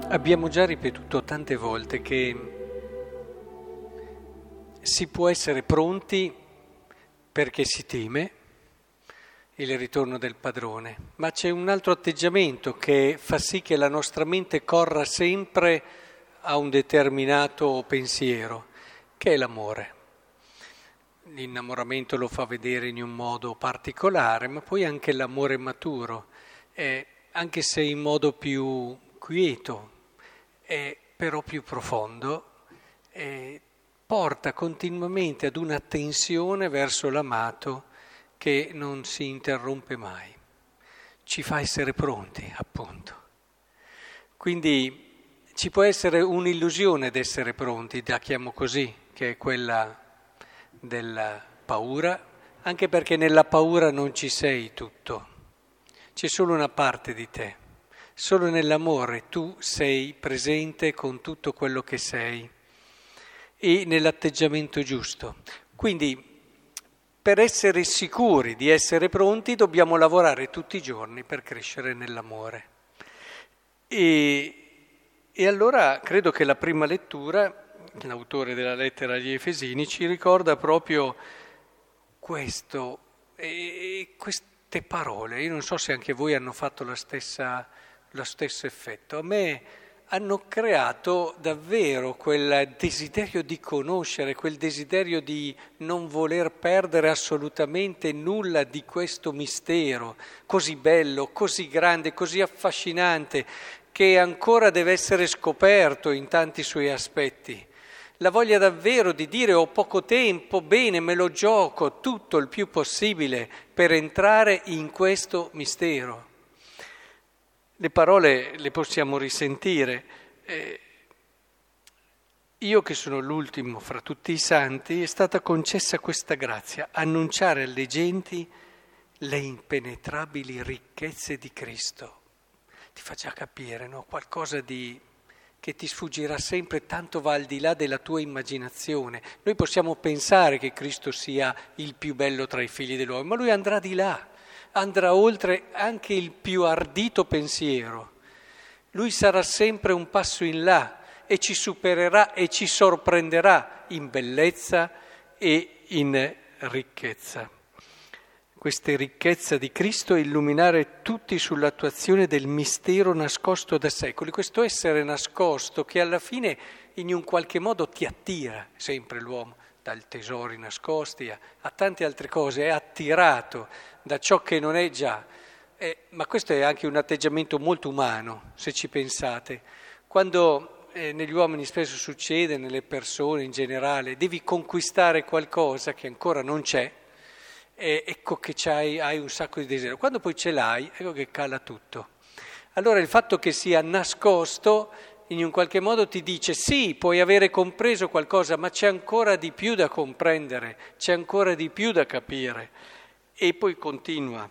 Abbiamo già ripetuto tante volte che si può essere pronti perché si teme il ritorno del padrone, ma c'è un altro atteggiamento che fa sì che la nostra mente corra sempre a un determinato pensiero, che è l'amore. L'innamoramento lo fa vedere in un modo particolare, ma poi anche l'amore maturo, anche se in modo più quieto, però più profondo, porta continuamente ad una tensione verso l'amato che non si interrompe mai. Ci fa essere pronti, appunto. Quindi ci può essere un'illusione d'essere pronti, la chiamo così, che è quella della paura, anche perché nella paura non ci sei tutto, c'è solo una parte di te. Solo nell'amore tu sei presente con tutto quello che sei e nell'atteggiamento giusto. Quindi per essere sicuri di essere pronti dobbiamo lavorare tutti i giorni per crescere nell'amore. E allora credo che la prima lettura, l'autore della lettera agli Efesini, ci ricorda proprio questo e queste parole. Io non so se anche voi hanno fatto lo stesso effetto. A me hanno creato davvero quel desiderio di conoscere, quel desiderio di non voler perdere assolutamente nulla di questo mistero così bello, così grande, così affascinante, che ancora deve essere scoperto in tanti suoi aspetti. La voglia davvero di dire ho poco tempo, bene, me lo gioco tutto il più possibile per entrare in questo mistero. Le parole le possiamo risentire. Io che sono l'ultimo fra tutti i santi, è stata concessa questa grazia, annunciare alle genti le impenetrabili ricchezze di Cristo. Ti fa già capire, no? Qualcosa che ti sfuggirà sempre, tanto va al di là della tua immaginazione. Noi possiamo pensare che Cristo sia il più bello tra i figli dell'uomo, ma lui andrà di là. Andrà oltre anche il più ardito pensiero. Lui sarà sempre un passo in là e ci supererà e ci sorprenderà in bellezza e in ricchezza. Questa ricchezza di Cristo è illuminare tutti sull'attuazione del mistero nascosto da secoli. Questo essere nascosto che alla fine in un qualche modo ti attira, sempre l'uomo, dai tesori nascosti a tante altre cose, è attirato da ciò che non è già. Ma questo è anche un atteggiamento molto umano, se ci pensate. Quando negli uomini spesso succede, nelle persone in generale, devi conquistare qualcosa che ancora non c'è, ecco che hai un sacco di desiderio. Quando poi ce l'hai, ecco che cala tutto. Allora il fatto che sia nascosto in un qualche modo ti dice sì, puoi avere compreso qualcosa, ma c'è ancora di più da comprendere, c'è ancora di più da capire. E poi continua,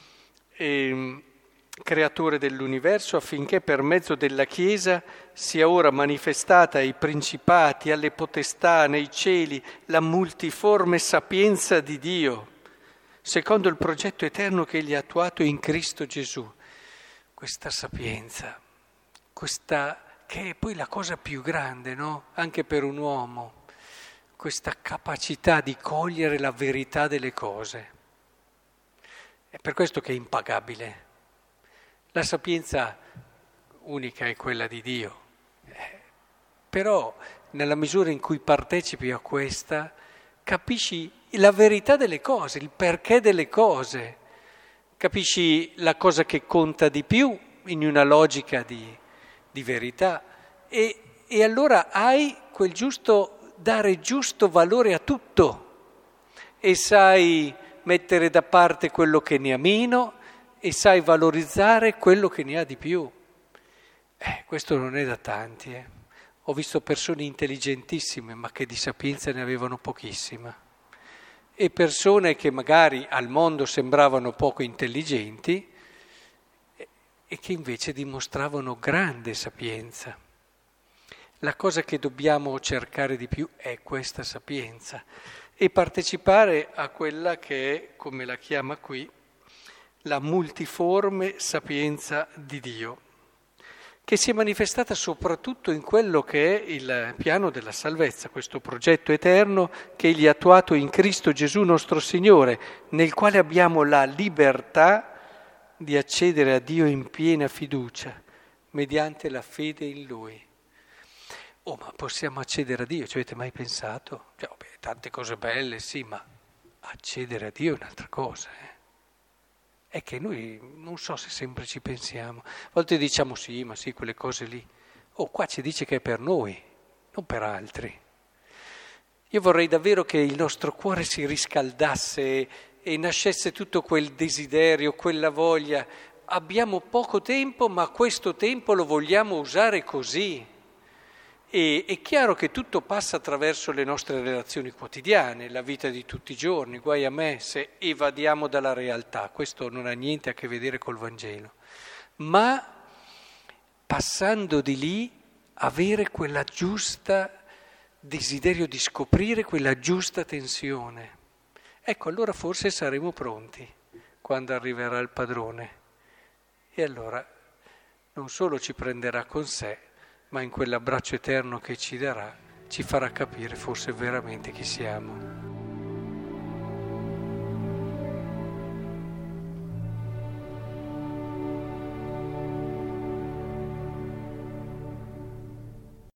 creatore dell'universo, affinché per mezzo della Chiesa sia ora manifestata ai principati, alle potestà, nei cieli, la multiforme sapienza di Dio, secondo il progetto eterno che egli ha attuato in Cristo Gesù. Questa sapienza, questa che è poi la cosa più grande, no? Anche per un uomo, questa capacità di cogliere la verità delle cose. È per questo che è impagabile. La sapienza unica è quella di Dio, però nella misura in cui partecipi a questa, capisci la verità delle cose, il perché delle cose, capisci la cosa che conta di più in una logica di verità e allora hai quel dare giusto valore a tutto e sai mettere da parte quello che ne ha meno e sai valorizzare quello che ne ha di più. Questo non è da tanti. Ho visto persone intelligentissime ma che di sapienza ne avevano pochissima e persone che magari al mondo sembravano poco intelligenti e che invece dimostravano grande sapienza. La cosa che dobbiamo cercare di più è questa sapienza e partecipare a quella che è, come la chiama qui, la multiforme sapienza di Dio, che si è manifestata soprattutto in quello che è il piano della salvezza, questo progetto eterno che Egli ha attuato in Cristo Gesù nostro Signore, nel quale abbiamo la libertà di accedere a Dio in piena fiducia, mediante la fede in Lui. Oh, ma possiamo accedere a Dio? Ci avete mai pensato? Cioè, vabbè, tante cose belle, sì, ma accedere a Dio è un'altra cosa, È che noi non so se sempre ci pensiamo. A volte diciamo sì, ma sì, quelle cose lì. Oh, qua ci dice che è per noi, non per altri. Io vorrei davvero che il nostro cuore si riscaldasse e nascesse tutto quel desiderio, quella voglia. Abbiamo poco tempo, ma questo tempo lo vogliamo usare così. E è chiaro che tutto passa attraverso le nostre relazioni quotidiane, la vita di tutti i giorni, guai a me se evadiamo dalla realtà, questo non ha niente a che vedere col Vangelo, ma passando di lì avere quella giusta desiderio di scoprire quella giusta tensione. Ecco, allora forse saremo pronti quando arriverà il padrone e allora non solo ci prenderà con sé, ma in quell'abbraccio eterno che ci darà ci farà capire forse veramente chi siamo.